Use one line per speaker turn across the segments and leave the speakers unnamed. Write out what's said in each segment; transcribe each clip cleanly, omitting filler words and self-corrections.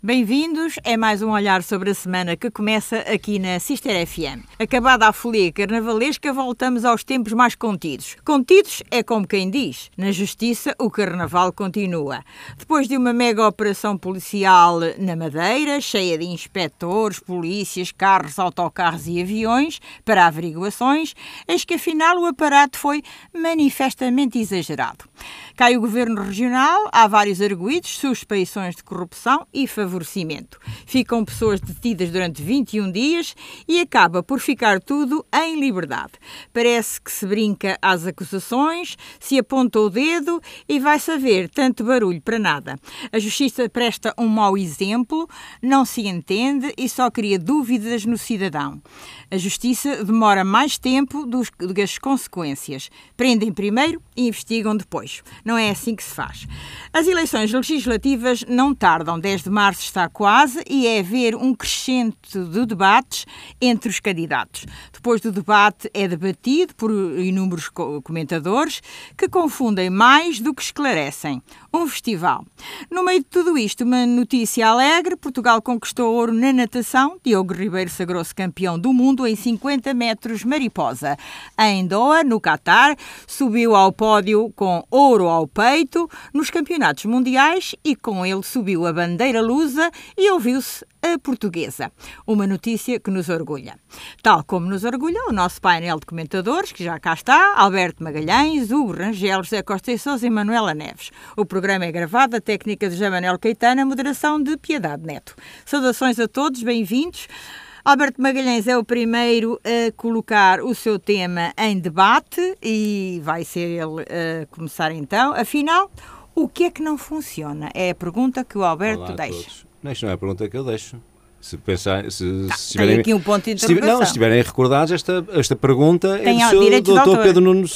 Bem-vindos, é mais um olhar sobre a semana que começa aqui na Sister FM. Acabada a folia carnavalesca, voltamos aos tempos mais contidos. Contidos é como quem diz. Na justiça, o carnaval continua. Depois de uma mega operação policial na Madeira, cheia de inspectores, polícias, carros, autocarros e aviões para averiguações, eis que afinal o aparato foi manifestamente exagerado. Cai o governo regional, há vários arguidos, suspeições de corrupção e favorecimento. Ficam pessoas detidas durante 21 dias e acaba por ficar tudo em liberdade. Parece que se brinca às acusações, se aponta o dedo e vai-se haver tanto barulho para nada. A justiça presta um mau exemplo, não se entende e só cria dúvidas no cidadão. A justiça demora mais tempo do que as consequências. Prendem primeiro e investigam depois. Não é assim que se faz. As eleições legislativas não tardam. 10 de março está quase e é haver um crescente de debates entre os candidatos. Depois do debate é debatido por inúmeros comentadores que confundem mais do que esclarecem. Um festival. No meio de tudo isto, uma notícia alegre. Portugal conquistou ouro na natação. Diogo Ribeiro sagrou-se campeão do mundo em 50 metros mariposa. Em Doha, no Catar, subiu ao pódio com ouro ao peito nos campeonatos mundiais e com ele subiu a bandeira lusa e ouviu-se a portuguesa. Uma notícia que nos orgulha. Tal como nos orgulha o nosso painel de comentadores, que já cá está, Alberto Magalhães, Hugo Rangel, José Costa e Sousa e Manuela Neves. O programa é gravado, a técnica de José Manuel Caetano, a moderação de Piedade Neto. Saudações a todos, bem-vindos. Alberto Magalhães é o primeiro a colocar o seu tema em debate e vai ser ele a começar então. Afinal, o que é que não funciona? É a pergunta que o Alberto deixa.
Não, isto não é a pergunta que eu deixo. Se pensar,
tem aqui um ponto de interrogação.
Se estiverem recordados, esta pergunta
tem
é do seu Dr. Pedro Nuno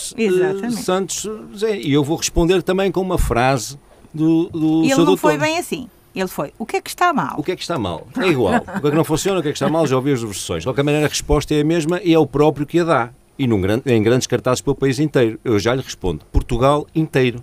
Santos e eu vou responder também com uma frase do
e
seu
ele não
doutor.
foi bem assim. Ele foi, o que é que está mal?
O que é que está mal? É igual. O que é que não funciona, o que é que está mal, já ouvi as versões. De qualquer maneira, a resposta é a mesma e é o próprio que a dá. E em grandes cartazes pelo país inteiro. Eu já lhe respondo. Portugal inteiro.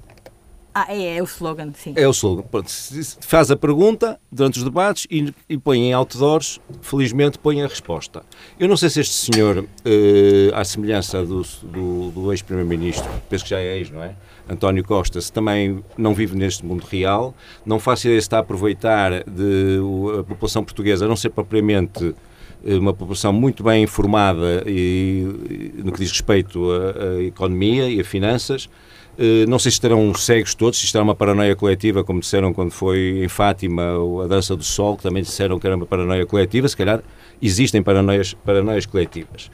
É o slogan, sim.
É o slogan. Faz a pergunta durante os debates e põe em outdoors, felizmente põe a resposta. Eu não sei se este senhor, à semelhança do ex-primeiro-ministro, penso que já é ex, não é? António Costa, se também não vive neste mundo real, não faço ideia se está a aproveitar de a população portuguesa, a não ser propriamente uma população muito bem informada no que diz respeito à economia e a finanças. Não sei se estarão cegos todos, se estará uma paranoia coletiva, como disseram quando foi em Fátima a Dança do Sol, que também disseram que era uma paranoia coletiva. Se calhar existem paranoias coletivas.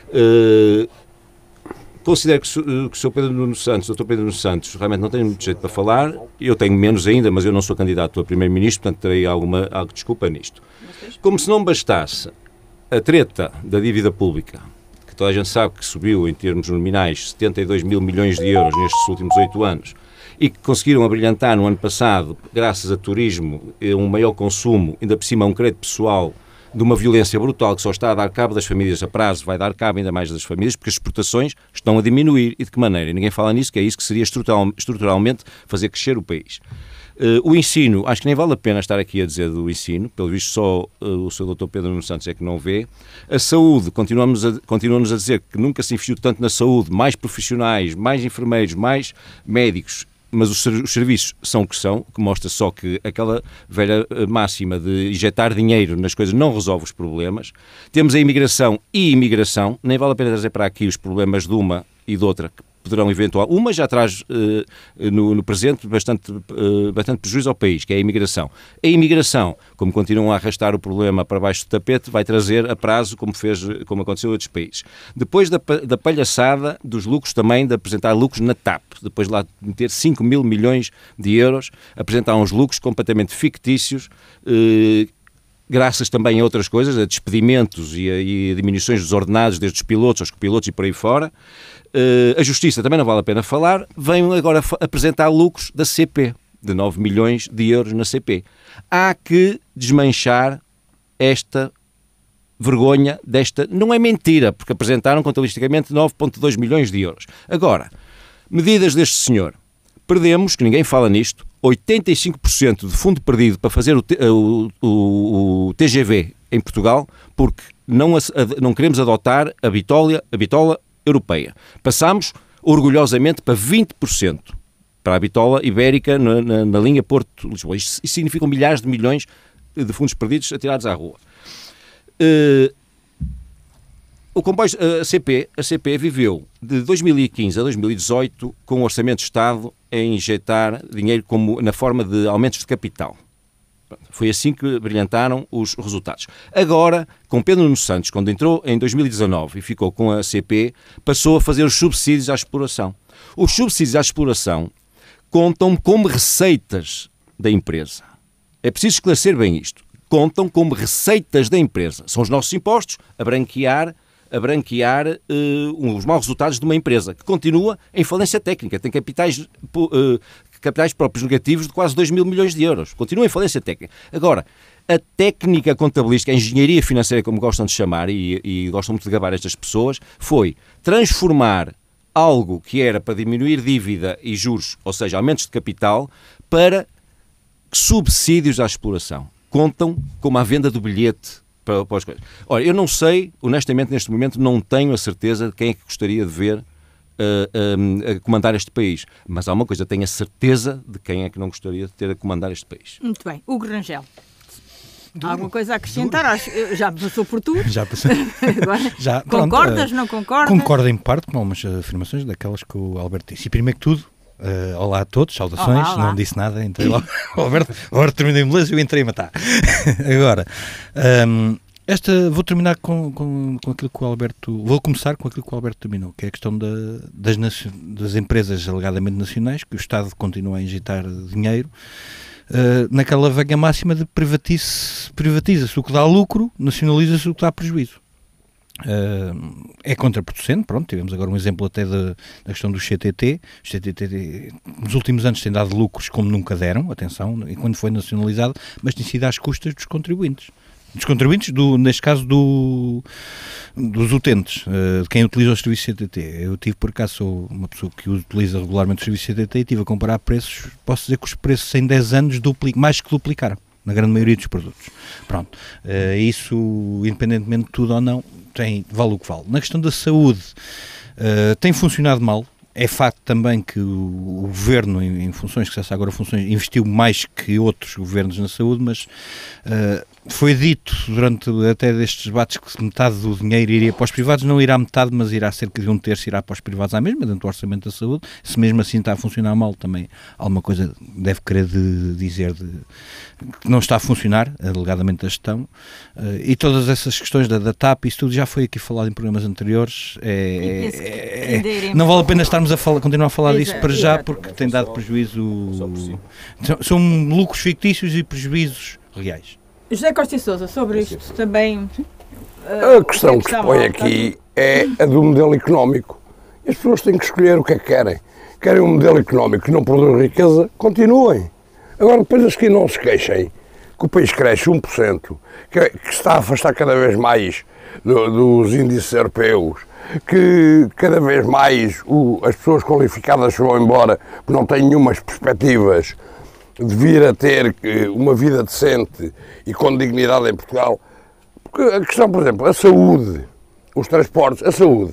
Considero que o Sr. Pedro Nuno Santos, o Dr. Pedro Nuno Santos, realmente não tem muito jeito para falar. Eu tenho menos ainda, mas eu não sou candidato a primeiro-ministro, portanto terei algo de desculpa nisto. Como se não bastasse a treta da dívida pública, que toda a gente sabe que subiu em termos nominais 72 mil milhões de euros nestes últimos 8 anos, e que conseguiram abrilhantar no ano passado, graças a turismo, um maior consumo, ainda por cima um crédito pessoal, de uma violência brutal que só está a dar cabo das famílias a prazo, vai dar cabo ainda mais das famílias, porque as exportações estão a diminuir. E de que maneira? Ninguém fala nisso, que é isso que seria estruturalmente fazer crescer o país. O ensino, acho que nem vale a pena estar aqui a dizer do ensino, pelo visto só o Sr. Dr. Pedro Nuno Santos é que não vê. A saúde, continuamos a dizer que nunca se investiu tanto na saúde, mais profissionais, mais enfermeiros, mais médicos, mas os serviços são o que são, que mostra só que aquela velha máxima de injetar dinheiro nas coisas não resolve os problemas. Temos a imigração, nem vale a pena trazer para aqui os problemas de uma e de outra, que poderão eventualmente... Uma já traz no presente bastante prejuízo ao país, que é a imigração. A imigração, como continuam a arrastar o problema para baixo do tapete, vai trazer a prazo, como aconteceu em outros países. Depois da palhaçada dos lucros também, de apresentar lucros na TAP, depois de lá meter 5 mil milhões de euros, apresentar uns lucros completamente fictícios, graças também a outras coisas, a despedimentos e a diminuições dos ordenados, desde os pilotos aos copilotos e por aí fora. A Justiça, também não vale a pena falar, vem agora apresentar lucros da CP, de 9 milhões de euros na CP. Há que desmanchar esta vergonha desta... Não é mentira, porque apresentaram contabilisticamente 9,2 milhões de euros. Agora, medidas deste senhor perdemos, que ninguém fala nisto, 85% de fundo perdido para fazer o TGV em Portugal, porque não queremos adotar a bitola europeia. Passámos orgulhosamente para 20% para a bitola ibérica na linha Porto-Lisboa. Isso significa milhares de milhões de fundos perdidos atirados à rua. O comboio, a CP viveu de 2015 a 2018 com o Orçamento de Estado a injetar dinheiro na forma de aumentos de capital. Foi assim que brilhantaram os resultados. Agora, com Pedro Nuno Santos, quando entrou em 2019 e ficou com a CP, passou a fazer os subsídios à exploração. Os subsídios à exploração contam como receitas da empresa. É preciso esclarecer bem isto. Contam como receitas da empresa. São os nossos impostos a branquear os maus resultados de uma empresa que continua em falência técnica, tem capitais próprios negativos de quase 2 mil milhões de euros. Continua em falência técnica. Agora, a técnica contabilística, a engenharia financeira, como gostam de chamar, e gostam muito de gabar estas pessoas, foi transformar algo que era para diminuir dívida e juros, ou seja, aumentos de capital, para subsídios à exploração. Contam como a venda do bilhete para as coisas. Ora, eu não sei, honestamente, neste momento, não tenho a certeza de quem é que gostaria de ver a comandar este país. Mas há uma coisa, tenho a certeza de quem é que não gostaria de ter a comandar este país.
Muito bem. Hugo Rangel. Há alguma coisa a acrescentar? Já passou por tudo?
Já passou.
Agora, já, concordas, não concordas?
Concordo em parte com algumas afirmações daquelas que o Alberto disse. E primeiro que tudo, olá a todos, saudações, olá. Não disse nada, entrei logo. O Alberto terminou em beleza e eu entrei a matar. Agora, vou terminar com aquilo que o Alberto... Vou começar com aquilo que o Alberto terminou, que é a questão das empresas alegadamente nacionais, que o Estado continua a injetar dinheiro, naquela velha máxima de privatiza-se o que dá lucro, nacionaliza-se o que dá prejuízo. É contraproducente, pronto, tivemos agora um exemplo até da questão do CTT. O CTT nos últimos anos tem dado lucros como nunca deram, atenção, e quando foi nacionalizado, mas tem sido às custas dos contribuintes. Dos contribuintes, neste caso dos utentes, de quem utiliza o serviço CTT. Eu por acaso, sou uma pessoa que utiliza regularmente o serviço CTT e estive a comparar preços. Posso dizer que os preços em 10 anos mais que duplicaram, na grande maioria dos produtos. Pronto, isso, independentemente de tudo ou não, vale o que vale. Na questão da saúde, tem funcionado mal. É facto também que o Governo, em funções, que se agora funções, investiu mais que outros governos na saúde, mas foi dito durante até destes debates que metade do dinheiro iria para os privados, não irá metade, mas irá cerca de 1/3 irá para os privados à mesma, dentro do orçamento da saúde. Se mesmo assim está a funcionar mal, também alguma coisa deve querer dizer que não está a funcionar, alegadamente a gestão, e todas essas questões da TAP, isso tudo já foi aqui falado em programas anteriores, não vale a pena estarmos continuar a falar disso para já, porque tem dado prejuízo, são lucros fictícios e prejuízos reais.
José Costa e Sousa, sobre isto também...
A questão que se põe aqui é a do modelo económico. As pessoas têm que escolher o que é que querem. Querem um modelo económico que não produz riqueza? Continuem. Agora, depois as que não se queixem que o país cresce 1%, que se está a afastar cada vez mais dos índices europeus, que cada vez mais as pessoas qualificadas se vão embora porque não têm nenhumas perspectivas de vir a ter uma vida decente e com dignidade em Portugal. Porque a questão, por exemplo, a saúde, os transportes, a saúde.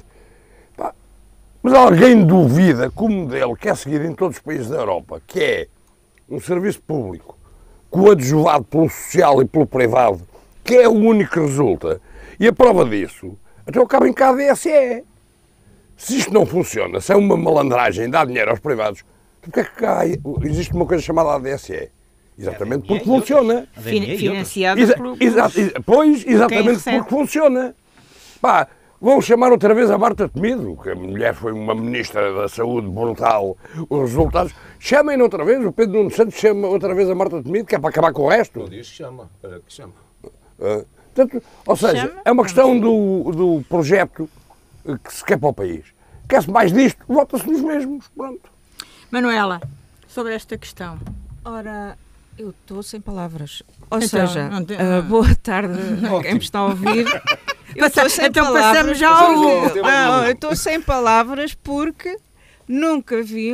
Mas alguém duvida que o modelo que é seguido em todos os países da Europa, que é um serviço público coadjuvado pelo social e pelo privado, que é o único que resulta, e a prova disso, até acaba em cá a DSE. Se isto não funciona, se é uma malandragem, dá dinheiro aos privados, porque é que cá existe uma coisa chamada ADSE? Exatamente porque funciona.
Financiada pelo...
Exatamente porque funciona. Vão chamar outra vez a Marta Temido, que a mulher foi uma ministra da saúde brutal, os resultados. Chamem-na outra vez, o Pedro Nuno Santos chama outra vez a Marta Temido, que é para acabar com o resto.
Não diz que chama, que chama.
Portanto, ou seja, é uma questão do projeto que se quer para o país. Quer-se mais disto, vota-se nos mesmos, pronto.
Manuela, sobre esta questão.
Ora, eu estou sem palavras. Ou seja, boa tarde a quem me está a ouvir. Eu estou sem palavras.
Passamos já ao...
Eu estou sem palavras porque nunca vi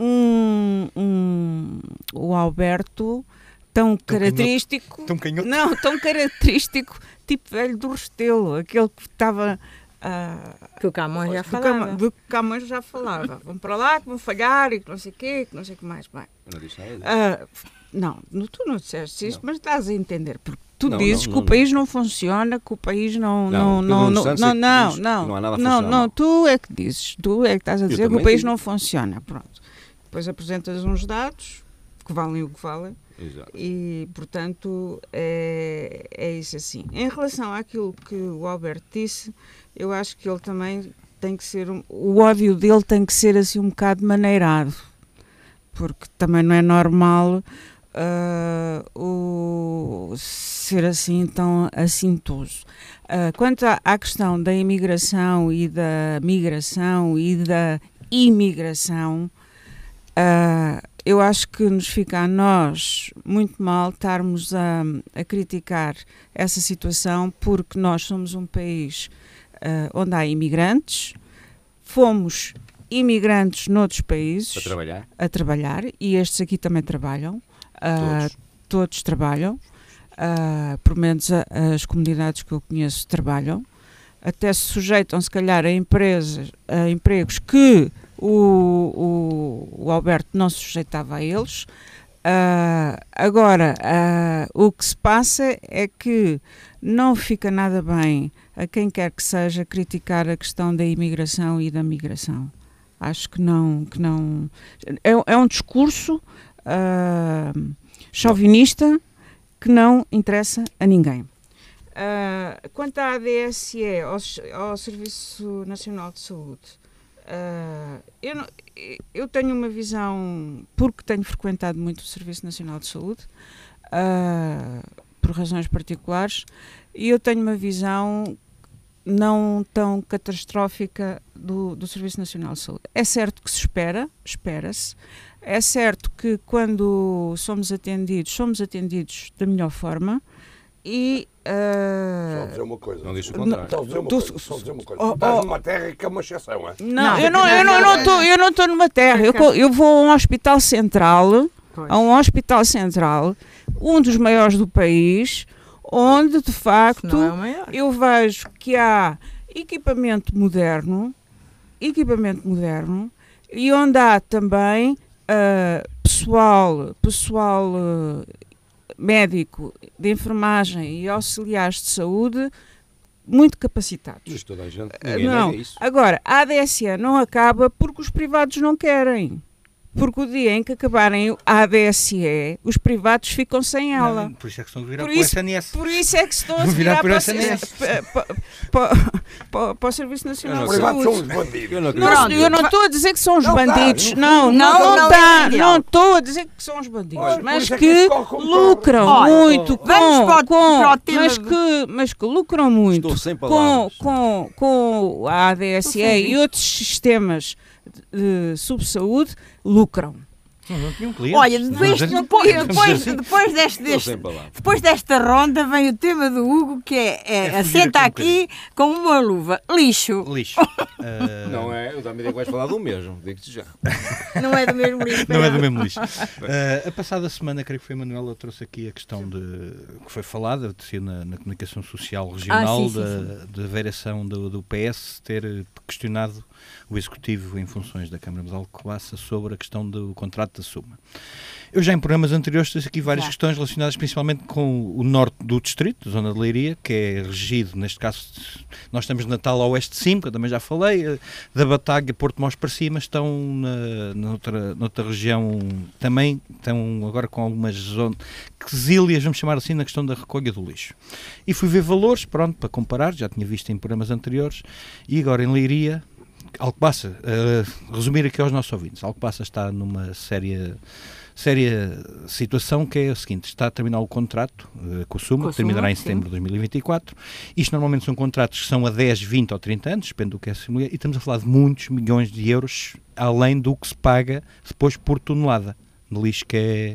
o Alberto tão característico.
Tão canhoto.
Não, tão característico, tipo velho do Restelo, aquele que estava.
Que o Camões já falava.
Do que o Camões já falava. Vão para lá, que vão falhar e que não sei o quê, que não sei o que mais. Bem,
Eu não disse nada disso.
não, tu não disseste isto, mas estás a entender. Porque tu
Não,
dizes
não,
que o país não funciona, que o país não.
Não,
Não,
Pedro Santos é que diz que não há nada funcional.
não, tu é que dizes. Tu é que estás a dizer que o
também
país
digo.
não funciona. Pronto. Depois apresentas uns dados que valem o que valem.
Exato.
E, portanto, é isso assim. Em relação àquilo que o Alberto disse, eu acho que ele também tem que ser... O ódio dele tem que ser assim um bocado maneirado. Porque também não é normal ser assim tão assintoso. Quanto à questão da imigração e da migração e da imigração... eu acho que nos fica a nós muito mal estarmos a criticar essa situação, porque nós somos um país onde há imigrantes, fomos imigrantes noutros países a trabalhar, e estes aqui também trabalham, todos trabalham, pelo menos as comunidades que eu conheço trabalham, até se sujeitam se calhar a empregos que o Alberto não se sujeitava a eles. Agora, o que se passa é que não fica nada bem a quem quer que seja criticar a questão da imigração e da migração. Acho que não é um discurso chauvinista que não interessa a ninguém. Quanto à ADSE, ao Serviço Nacional de Saúde, eu tenho uma visão, porque tenho frequentado muito o Serviço Nacional de Saúde, por razões particulares, e eu tenho uma visão não tão catastrófica do Serviço Nacional de Saúde. É certo que se espera-se, é certo que quando somos atendidos da melhor forma, e
só dizer uma coisa.
Não diz o contrário.
Só dizer uma coisa. Estás numa terra que é uma exceção, é?
Não, eu não estou numa terra. Eu vou a um hospital central, um dos maiores do país, onde de facto eu vejo que há equipamento moderno e onde há também pessoal médico, de enfermagem e auxiliares de saúde muito capacitados.
Mas toda a gente, ninguém nega isso.
Agora, a ADSE não acaba porque os privados não querem. Porque o dia em que acabarem a ADSE, os privados ficam sem ela.
Por isso é que estão a virar para o SNS.
Por isso é que estão a virar para o Serviço Nacional de Saúde.
São os bandidos.
Eu não estou a dizer que são os bandidos. Não estou a dizer que são os bandidos. Mas que lucram muito mas que lucram muito com a ADSE e outros sistemas de subsaúde, lucram.
Não tinham clientes.
Olha, depois desta ronda vem o tema do Hugo, que é assenta aqui com uma luva. Lixo.
Não é, eu dá-me ideia que vais falar do mesmo, digo-te já.
Não é do mesmo lixo.
Não é do mesmo lixo. A passada semana, creio que foi a Manuela, trouxe aqui a questão que foi falada na comunicação social regional da variação do PS ter questionado o Executivo em funções da Câmara de Alcobaça sobre a questão do contrato da Suma. Eu já em programas anteriores trouxe aqui várias questões relacionadas principalmente com o norte do distrito, a zona de Leiria, que é regido, neste caso, nós estamos de Natal a oeste de Cima, que eu também já falei, da Batalha, Porto Mós para cima, estão noutra região também, estão agora com algumas zonas, quesílias, vamos chamar assim, na questão da recolha do lixo. E fui ver valores, pronto, para comparar, já tinha visto em programas anteriores, e agora em Leiria, Alcobaça, resumir aqui aos nossos ouvintes, Alcobaça está numa séria situação, que é a seguinte: está a terminar o contrato com o Suma, que terminará em setembro de 2024. Isto normalmente são contratos que são a 10, 20 ou 30 anos, depende do que é essa mulher, e estamos a falar de muitos milhões de euros, além do que se paga depois por tonelada de lixo que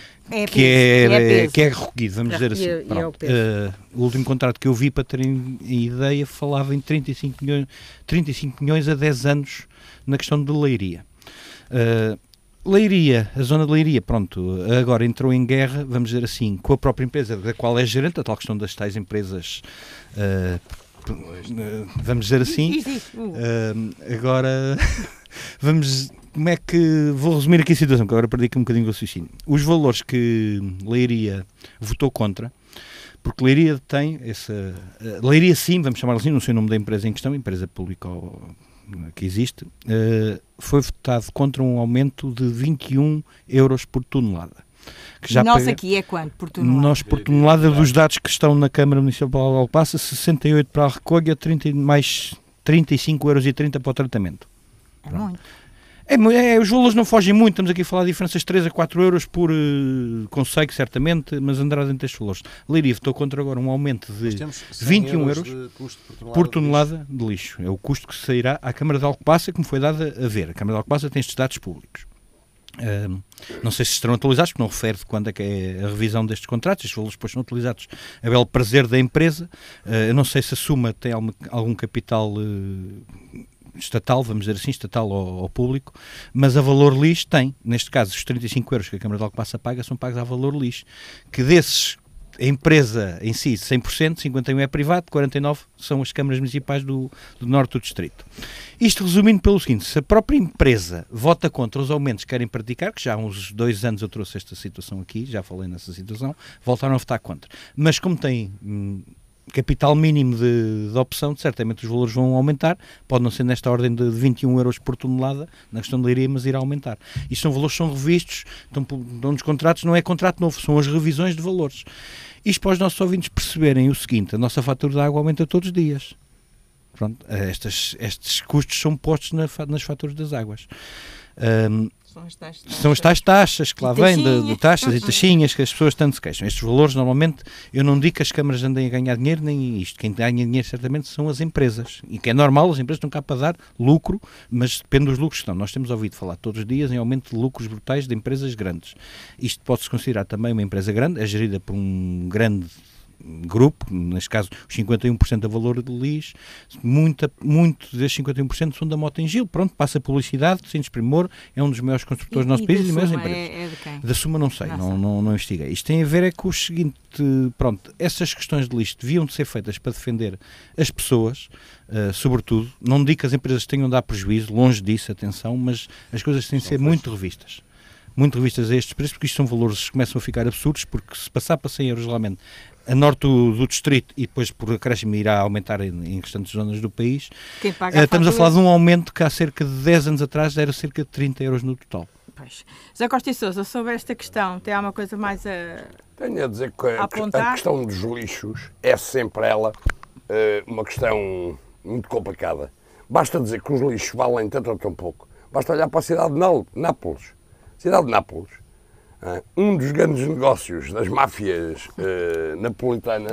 é recolhido, vamos dizer assim. O último contrato que eu vi, para terem ideia, falava em 35 milhões a 10 anos na questão de Leiria. Leiria, a zona de Leiria, pronto, agora entrou em guerra, vamos dizer assim, com a própria empresa da qual é gerente, a tal questão das tais empresas, vamos dizer assim. Agora, como é que, vou resumir aqui a situação, que agora perdi aqui um bocadinho o raciocínio. Os valores que Leiria votou contra, porque Leiria tem essa... Leiria sim, vamos chamar assim, não sei o nome da empresa em questão, empresa pública que existe, foi votado contra um aumento de 21 euros por tonelada.
Que já nós aqui é quanto por tonelada?
Nós por tonelada dos dados que estão na Câmara Municipal de Alcobaça, 68 para a recolha, mais 35,30 euros para o tratamento.
É muito.
Os valores não fogem muito, estamos aqui a falar de diferenças de 3 a 4 euros por conceito, certamente, mas andará dentro destes valores. Leiria votou contra agora um aumento de 21 euros por tonelada de lixo. É o custo que sairá à Câmara de Alcobaça, que me foi dado a ver. A Câmara de Alcobaça tem estes dados públicos. Não sei se estarão atualizados, porque não refere de quando é que é a revisão destes contratos. Estes valores depois são utilizados a belo prazer da empresa. Eu não sei se a Suma tem algum capital estatal, vamos dizer assim, estatal ao público, mas a Valor Lixo tem, neste caso, os 35 euros que a Câmara de Alcobaça paga são pagos à Valor Lixo, que desses, a empresa em si, 100%, 51% é privado, 49% são as câmaras municipais do norte do distrito. Isto resumindo pelo seguinte, se a própria empresa vota contra os aumentos que querem praticar, que já há uns 2 anos eu trouxe esta situação aqui, já falei nessa situação, voltaram a votar contra. Mas como tem capital mínimo de opção, certamente os valores vão aumentar, pode não ser nesta ordem de 21 euros por tonelada, na questão de Leiria, mas irá aumentar. Isto são valores que são revistos, estão nos contratos, não é contrato novo, são as revisões de valores. Isto para os nossos ouvintes perceberem o seguinte, a nossa fatura de água aumenta todos os dias. Pronto, estes custos são postos nas faturas das águas. São as tais taxas que lá vêm, de taxas e taxinhas que as pessoas tanto se queixam. Estes valores, normalmente, eu não digo que as câmaras andem a ganhar dinheiro, nem isto. Quem ganha dinheiro, certamente, são as empresas. E que é normal, as empresas estão cá para dar lucro, mas depende dos lucros que estão. Nós temos ouvido falar todos os dias em aumento de lucros brutais de empresas grandes. Isto pode-se considerar também uma empresa grande, é gerida por um grande grupo, neste caso os 51% da Valor de Lixo, muito desses 51% são da Mota-Engil, pronto, passa publicidade, sem desprimor, é um dos maiores construtores do nosso país e das maiores empresas.
É de quem?
Da Suma não sei, não investiguei. Isto tem a ver com o seguinte, pronto, essas questões de lixo deviam de ser feitas para defender as pessoas, sobretudo, não digo que as empresas tenham de dar prejuízo, longe disso, atenção, mas as coisas têm de ser muito revistas a estes preços, porque isto são valores que começam a ficar absurdos, porque se passar para 100 euros realmente a norte do distrito e depois por acréscimo irá aumentar em restantes zonas do país, estamos a falar de um aumento que há cerca de 10 anos atrás era cerca de 30 euros no total.
Pois. José Costa e Sousa, sobre esta questão, tem alguma coisa mais a
Tenho a dizer que a questão dos lixos é sempre ela uma questão muito complicada. Basta dizer que os lixos valem tanto ou tão pouco. Basta olhar para a cidade de Nápoles. Cidade de Nápoles, um dos grandes negócios das máfias napolitanas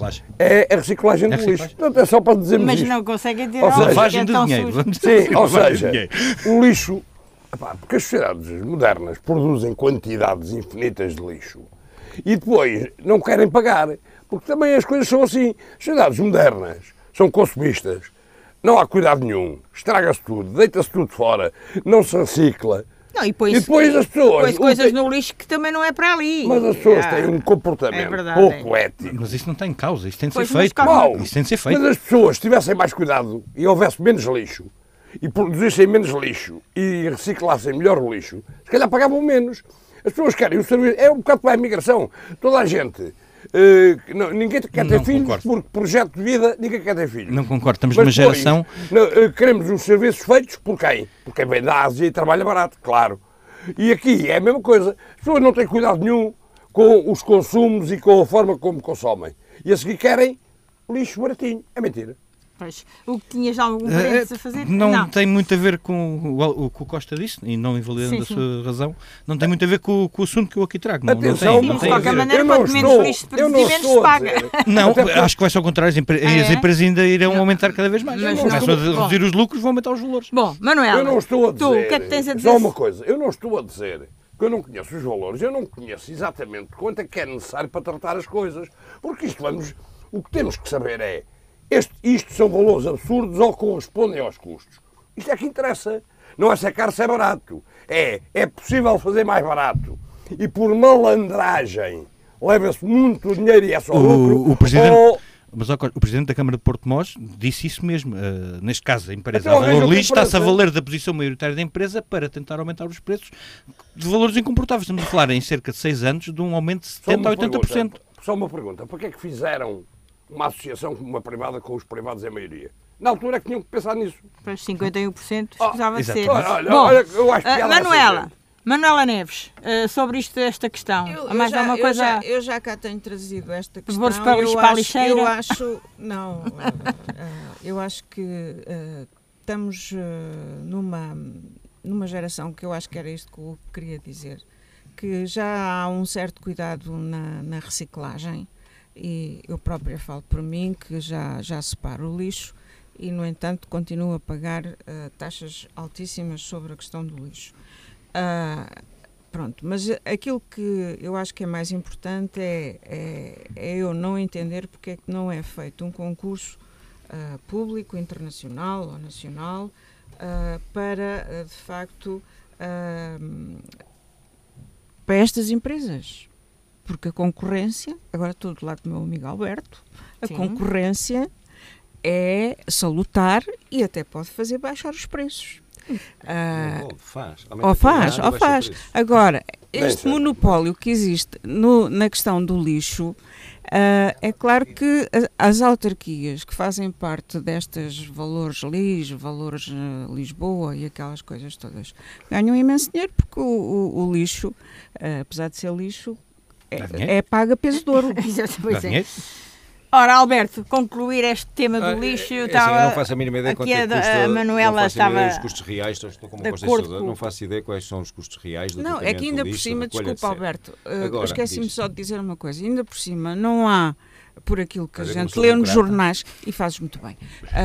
é a reciclagem do lixo. Portanto, é só para dizermos
Mas
isto.
Não conseguem dizer
lavagem de dinheiro.
Sim, ou seja, o lixo, porque as sociedades modernas produzem quantidades infinitas de lixo e depois não querem pagar, porque também as coisas são assim. As sociedades modernas são consumistas, não há cuidado nenhum, estraga-se tudo, deita-se tudo fora, não se recicla.
Não, e depois as pessoas põe coisas no lixo que também não é para ali.
Mas as pessoas têm um comportamento pouco ético.
Mas isso não tem causa, isso tem de ser feito. Isso tem de ser feito.
Mas as pessoas tivessem mais cuidado e houvesse menos lixo, e produzissem menos lixo e reciclassem melhor o lixo, se calhar pagavam menos. As pessoas querem o serviço. É um bocado para a imigração. Toda a gente. Ninguém quer ter filhos, porque projeto de vida, ninguém quer ter filhos.
Não concordo, estamos numa geração...
Queremos os serviços feitos por quem? Por quem vem da Ásia e trabalha barato, claro. E aqui é a mesma coisa. As pessoas não têm cuidado nenhum com os consumos e com a forma como consomem. E a seguir querem lixo baratinho. É mentira.
Pois, o que tinhas algum parênteses a fazer?
Não tem muito a ver com o que o Costa disse, e não invalidando a sua razão, não tem muito a ver com o assunto que eu aqui trago.
Atenção,
de qualquer maneira, quanto menos lixo de menos se paga.
Não, acho que vai ser ao contrário, as empresas ainda irão aumentar cada vez mais. Começam a reduzir os lucros, vão aumentar os valores.
Bom, Manuel,
eu não estou a dizer,
o que é que tens a dizer?
Só uma coisa, eu não estou a dizer que eu não conheço os valores, eu não conheço exatamente quanto é que é necessário para tratar as coisas, porque o que temos que saber é isto são valores absurdos ou correspondem aos custos. Isto é que interessa. Não é se é caro, se é barato. É possível fazer mais barato. E por malandragem leva-se muito dinheiro e é só lucro.
Mas o Presidente da Câmara de Porto-Mós disse isso mesmo. Neste caso, a empresa
Então,
a valor lixo está-se a valer da posição maioritária da empresa para tentar aumentar os preços de valores incomportáveis. Estamos a falar em cerca de 6 anos de um aumento de 70% a 80%.
Só uma pergunta. Porquê é que fizeram uma associação como uma privada com os privados em maioria? Na altura é que tinham que pensar nisso.
Pois 51% precisava de ser.
Olha, eu acho piada
Manuela Neves, sobre esta questão.
Eu já cá tenho trazido esta questão. Eu acho que estamos numa geração que eu acho que era isto que eu queria dizer, que já há um certo cuidado na reciclagem, e eu própria falo por mim que já separo o lixo e, no entanto, continuo a pagar taxas altíssimas sobre a questão do lixo. Pronto, mas aquilo que eu acho que é mais importante é eu não entender porque é que não é feito um concurso público, internacional ou nacional para, de facto, para estas empresas. Porque a concorrência, agora estou do lado do meu amigo Alberto, a concorrência é salutar e até pode fazer baixar os preços. Faz. Agora, este monopólio que existe na questão do lixo, é claro que as autarquias que fazem parte destes valores valores Lisboa e aquelas coisas todas, ganham imenso dinheiro, porque o lixo, apesar de ser lixo, é pago a peso de ouro.
Ora, Alberto, concluir este tema do lixo,
eu não faço a mínima ideia quanto é que custa,
a Manuela estava
os custos reais, estou como não faço ideia quais são os custos reais do
tratamento. Não, é que ainda por cima, desculpa, Alberto, esqueci-me só de dizer uma coisa, ainda por cima não há, por aquilo que a gente lê nos jornais, e fazes muito bem,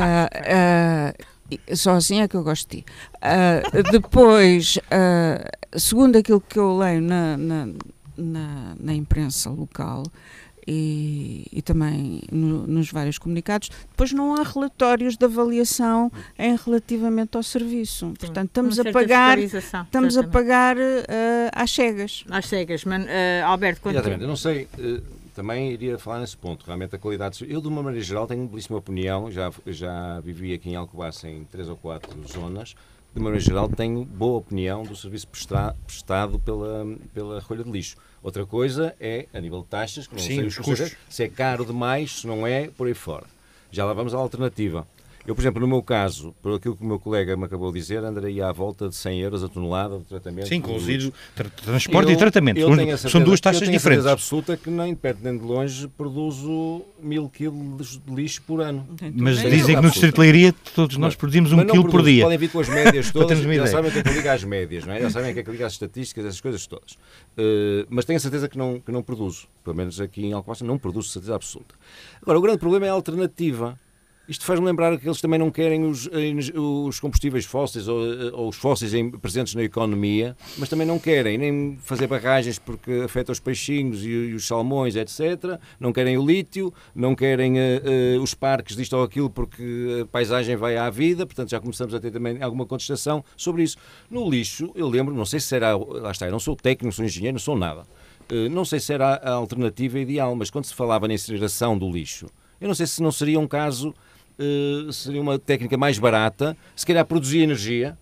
só assim é que eu gosto de ti. Depois, segundo aquilo que eu leio na imprensa local, e também nos vários comunicados, depois não há relatórios de avaliação relativamente ao serviço. Portanto, estamos a pagar às cegas.
Às cegas. Alberto, quanto
exatamente, eu não sei, também iria falar nesse ponto, realmente a qualidade. Eu, de uma maneira geral, tenho uma belíssima opinião, já vivi aqui em Alcobaça em 3 ou 4 zonas. De uma maneira geral, tenho boa opinião do serviço prestado pela recolha de lixo. Outra coisa é, a nível de taxas, que não sei os custos, se é caro demais, se não é, por aí fora. Já lá vamos à alternativa. Eu, por exemplo, no meu caso, por aquilo que o meu colega me acabou de dizer, andaria à volta de 100 euros a tonelada de tratamento.
Sim, inclusive transporte e tratamento. São duas taxas diferentes. Eu tenho a certeza
absoluta que nem de perto nem de longe produzo 1000 quilos de lixo por ano.
Mas dizem que no Distrito de Leiria todos nós produzimos 1 quilo por dia.
Podem vir com as médias todas, já sabem o que é que liga às médias, não é? Já sabem o que é que liga às estatísticas, essas coisas todas. Mas tenho a certeza que não produzo. Pelo menos aqui em Alcobaça não produzo, certeza absoluta. Agora, o grande problema é a alternativa. Isto faz-me lembrar que eles também não querem os combustíveis fósseis ou os fósseis presentes na economia, mas também não querem nem fazer barragens porque afeta os peixinhos e os salmões, etc. Não querem o lítio, não querem os parques disto ou aquilo porque a paisagem vai à vida, portanto já começamos a ter também alguma contestação sobre isso. No lixo, eu lembro, não sei se será, lá está, eu não sou técnico, não sou engenheiro, não sou nada. Não sei se era a alternativa ideal, mas quando se falava na incineração do lixo, eu não sei se não seria um caso... seria uma técnica mais barata, se calhar produzia energia,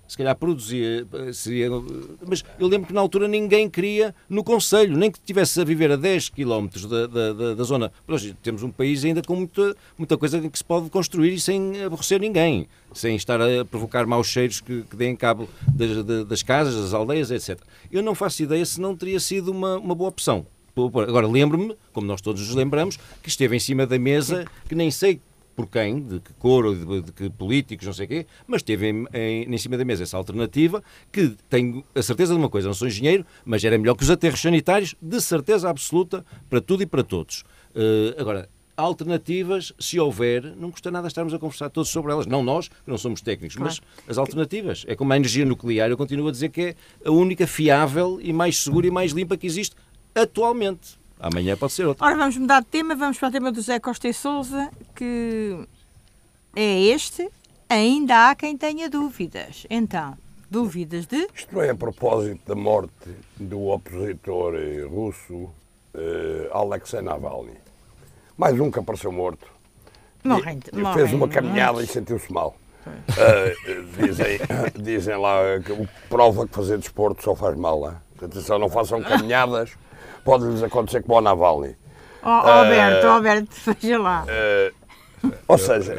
mas eu lembro que na altura ninguém queria no concelho, nem que estivesse a viver a 10 km da zona. Hoje temos um país ainda com muita coisa que se pode construir e sem aborrecer ninguém, sem estar a provocar maus cheiros que deem cabo das casas, das aldeias, etc. Eu não faço ideia se não teria sido uma boa opção. Agora lembro-me, como nós todos nos lembramos, que esteve em cima da mesa, que nem sei por quem, de que cor ou de que políticos, não sei o quê, mas teve em cima da mesa essa alternativa, que tenho a certeza de uma coisa, não sou engenheiro, mas era melhor que os aterros sanitários, de certeza absoluta, para tudo e para todos. Agora, alternativas, se houver, não custa nada estarmos a conversar todos sobre elas, não nós, que não somos técnicos, claro. Mas as alternativas. É como a energia nuclear, eu continuo a dizer que é a única fiável e mais segura e mais limpa que existe atualmente. Amanhã pode ser outra.
Ora, vamos mudar de tema, vamos para o tema do José Costa e Sousa, que é este. Ainda há quem tenha dúvidas. Então, Dúvidas de?
Isto é a propósito da morte do opositor russo Alexei Navalny. Mais um que apareceu morto. Fez uma caminhada e sentiu-se mal. Dizem lá que prova que fazer desporto só faz mal. Hein? Atenção, não façam caminhadas, pode-lhes acontecer como ao Navalny.
Alberto, veja lá.
Ou seja,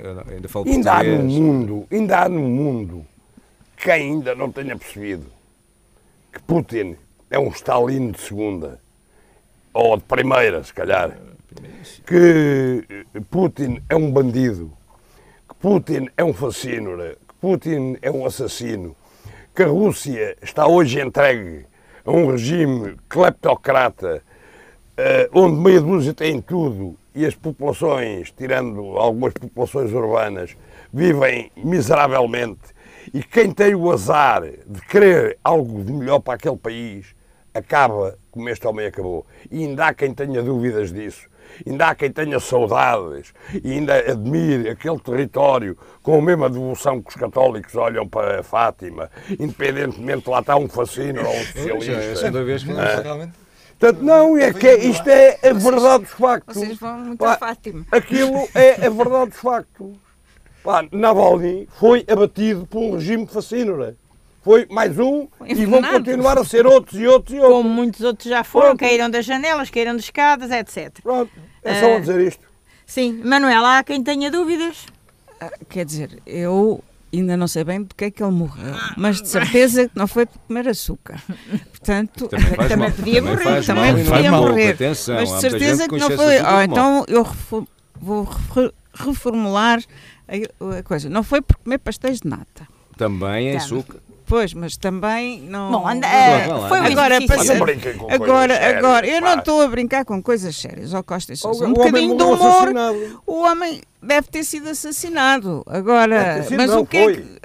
ainda há no mundo quem ainda não tenha percebido que Putin é um Stalin de segunda, ou de primeira, se calhar, que Putin é um bandido, que Putin é um fascínora, que Putin é um assassino, que a Rússia está hoje entregue a um regime cleptocrata, onde meia dúzia tem tudo e as populações, tirando algumas populações urbanas, vivem miseravelmente, e quem tem o azar de querer algo de melhor para aquele país acaba como este homem acabou. E ainda há quem tenha dúvidas disso, ainda há quem tenha saudades e ainda admire aquele território com a mesma devoção que os católicos olham para Fátima, independentemente lá está um fascínio ou um socialista. Portanto, não, isto é a verdade dos factos.
Vocês vão muito a Fátima.
Aquilo é a verdade dos factos. Navalny foi abatido por um regime fascínora. Foi mais um e vão continuar a ser outros e outros e outros.
Como muitos outros já foram, caíram das janelas, caíram das escadas, etc.
Pronto, é só a dizer isto.
Sim, Manuela, há quem tenha dúvidas?
Quer dizer, eu ainda não sei bem do que é que ele morreu, mas de certeza que não foi por comer açúcar. Portanto,
também podia morrer.
Também podia morrer.
Atenção,
mas de certeza que não foi. Então eu vou reformular a coisa. Não foi por comer pastéis de nata.
Também é açúcar.
Pois, mas também não.
Bom, foi um
agora, eu não estou a brincar com coisas sérias, Costa e Sousa. Um bocadinho de humor. O homem deve ter sido assassinado. Agora, mas o que é que.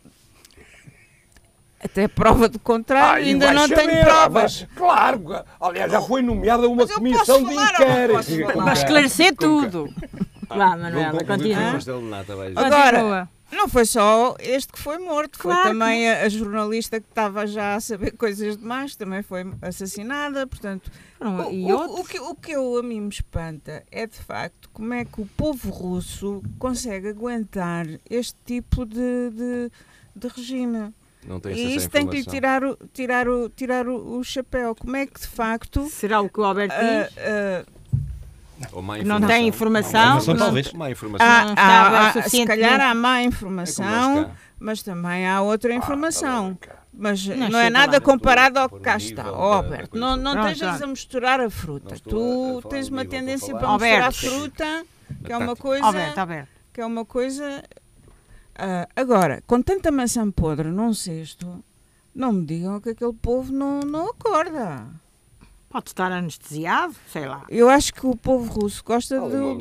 Até prova do contrário, ainda não tenho provas.
Claro, aliás, já foi nomeada uma comissão de inquérito.
Para esclarecer tudo. Vá, Manuela, continua.
Agora. Não foi só este que foi morto, foi também a jornalista que estava já a saber coisas demais, também foi assassinada, portanto... O que a mim me espanta é, de facto, como é que o povo russo consegue aguentar este tipo de regime.
Não tem
e isso tem que lhe tirar o chapéu. Como é que, de facto...
Será o que o Alberto diz?
Não
tem informação.
Talvez.
Má informação.
Se calhar há má informação, mas também há outra informação. Mas não é nada comparado ao que cá está. Alberto, não estejas a misturar a fruta. Tu tens uma tendência para misturar a fruta, que é uma coisa... Que é uma coisa... Agora, com tanta maçã podre num cesto, não me digam que aquele povo não acorda.
Pode estar anestesiado, sei lá.
Eu acho que o povo russo gosta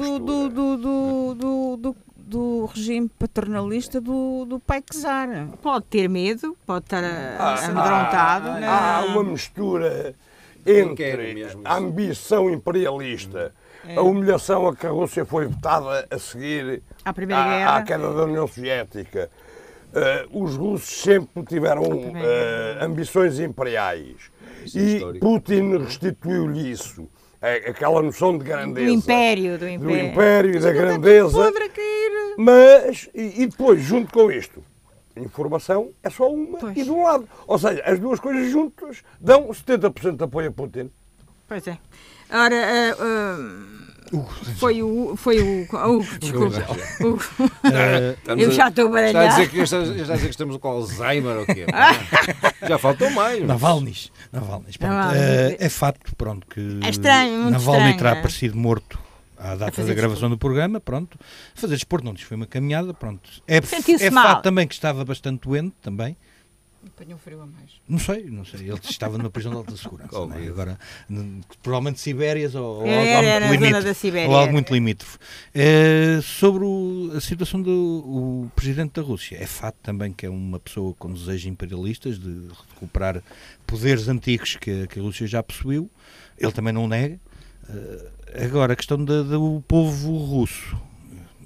do regime paternalista do pai czar.
Pode ter medo, pode estar amedrontado.
Há uma mistura entre a ambição imperialista, a humilhação a que a Rússia foi votada a seguir
à Primeira Guerra,
à queda da União Soviética. Os russos sempre tiveram ambições imperiais. E Putin restituiu-lhe isso, aquela noção de grandeza.
Do império
e da grandeza. Mas, e depois, junto com isto, informação é só uma e de um lado. Ou seja, as duas coisas juntas dão 70% de apoio a Putin.
Pois é. Ora, foi o desculpa. Eu já estou baralhado.
Está a dizer que estamos com Alzheimer ou quê? Já faltou mais.
Navalny. É fato, pronto, que
é estranho, muito
Navalny
estranho,
terá aparecido morto à data da gravação do programa, pronto. Fazer desporto não diz, foi uma caminhada, pronto. É fato também que estava bastante doente, também.
Apanhou frio a mais.
Não sei. Ele estava numa prisão de alta segurança. Né? Agora, provavelmente Sibérias ou algo muito limítrofe. Sobre a situação do presidente da Rússia, é fato também que é uma pessoa com desejos imperialistas de recuperar poderes antigos que a Rússia já possuiu. Ele também não nega. Agora, a questão do povo russo.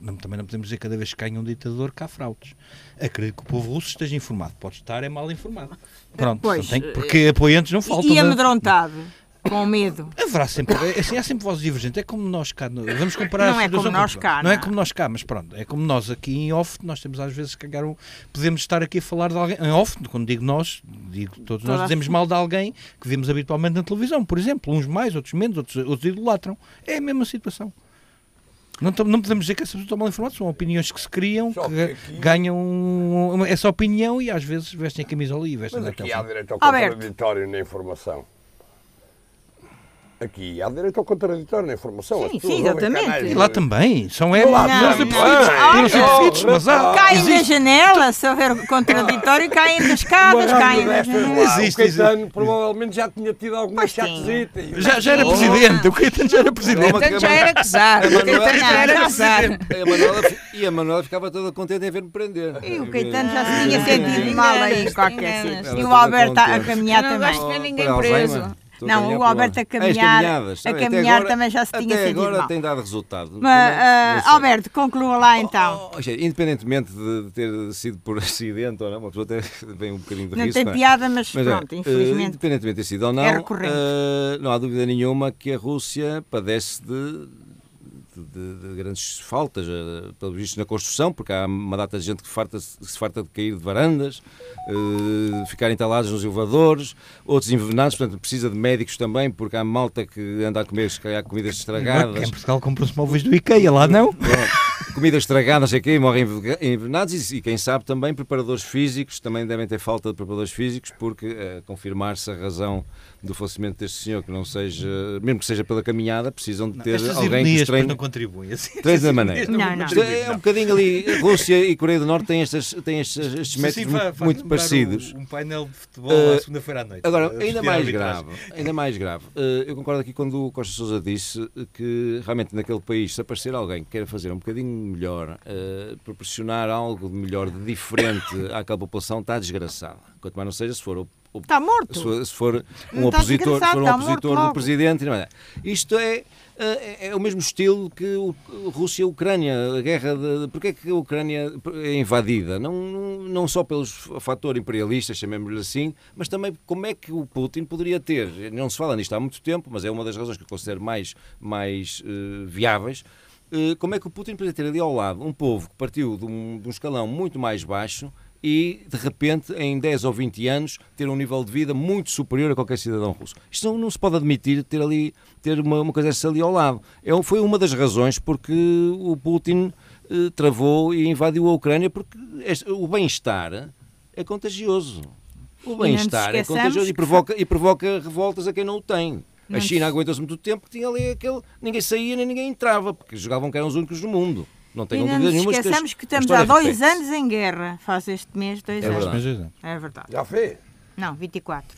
também não podemos dizer que cada vez que ganha um ditador que há fraudes. Acredito que o povo russo esteja informado. Pode estar mal informado. Pronto,
pois,
porque apoiantes não faltam.
E amedrontado, com medo.
Haverá sempre, assim, há sempre vozes divergentes. É como nós cá. Vamos comparar
não
a
é como nós cá.
Não é como nós cá, mas pronto. É como nós aqui em off, nós temos às vezes que podemos estar aqui a falar de alguém. Em off, quando digo nós, digo todos nós, dizemos mal de alguém que vemos habitualmente na televisão, por exemplo. Uns mais, outros menos, outros idolatram. É a mesma situação. Não podemos dizer que essa pessoa está mal informada, são opiniões que se criam, que ganham essa opinião e às vezes vestem a camisola e vestem
mas
aquela.
Aqui há direito ao contraditório na informação. Aqui há direito ao contraditório na informação.
Sim, exatamente.
E lá também. São
perseguidos,
mas há.
Caem da janela, se houver contraditório, caem das escadas, caem das janelas.
O Caetano provavelmente já tinha tido alguma chatezita.
Já era presidente, o Caetano já era presidente.
O Caetano já era casar.
E a Manuela ficava toda contente em ver-me prender.
E o Caetano já se tinha sentido mal aí, qualquer sítio. E o Alberto a caminhar também.
Não gosto de ver ninguém preso.
Não, o Alberto a caminhar também já se tinha sentido mal.
Agora tem dado resultado.
Mas, Alberto, conclua lá então.
Independentemente de ter sido por acidente ou não, uma pessoa até vem um bocadinho de risco.
Não tem piada, mas pronto, infelizmente.
Independentemente de ter sido ou não, não há dúvida nenhuma que a Rússia padece de grandes faltas, pelo visto, na construção, porque há uma data de gente que se farta de cair de varandas, ficar entalados nos elevadores, outros envenenados, portanto precisa de médicos também, porque há malta que anda a comer, se calhar, comidas estragadas.
Em Portugal compram-se móveis do IKEA, lá não?
Comidas estragadas, sei que morrem envenenados e quem sabe também preparadores físicos, também devem ter falta de preparadores físicos, porque confirmar-se a razão do falecimento deste senhor, que não seja, mesmo que seja pela caminhada, precisam de ter alguém que os treine.
Não contribuem assim.
Treine da maneira.
Não.
É um bocadinho ali, a Rússia e Coreia do Norte têm estes métodos muito parecidos.
Um painel de futebol à segunda-feira à noite.
Agora, ainda mais grave. Eu concordo aqui quando o Costa Sousa disse que realmente naquele país, se aparecer alguém que queira fazer um bocadinho melhor, proporcionar algo de melhor, de diferente àquela população, está desgraçada. Quanto mais não seja, se for
está morto.
Se for um opositor do presidente. Isto é o mesmo estilo que a Rússia e a Ucrânia, a guerra porque é que a Ucrânia é invadida? Não só pelo fator imperialista, chamemos-lhe assim, mas também como é que o Putin poderia ter, não se fala nisto há muito tempo, mas é uma das razões que eu considero mais viáveis, como é que o Putin poderia ter ali ao lado um povo que partiu de um escalão muito mais baixo e, de repente, em 10 ou 20 anos, ter um nível de vida muito superior a qualquer cidadão russo. Isto não se pode admitir, ter uma coisa dessa ali ao lado. Foi uma das razões porque o Putin travou e invadiu a Ucrânia, porque o bem-estar é contagioso. O bem-estar é contagioso e provoca revoltas a quem não o tem. A China aguentou-se muito tempo porque tinha ali ninguém saía nem ninguém entrava, porque jogavam que eram os únicos do mundo. Não tenham dúvida nenhuma.
Não esqueçamos que estamos há 2 anos em guerra. Faz este mês 2 anos. É verdade.
Já fez?
Não, 24.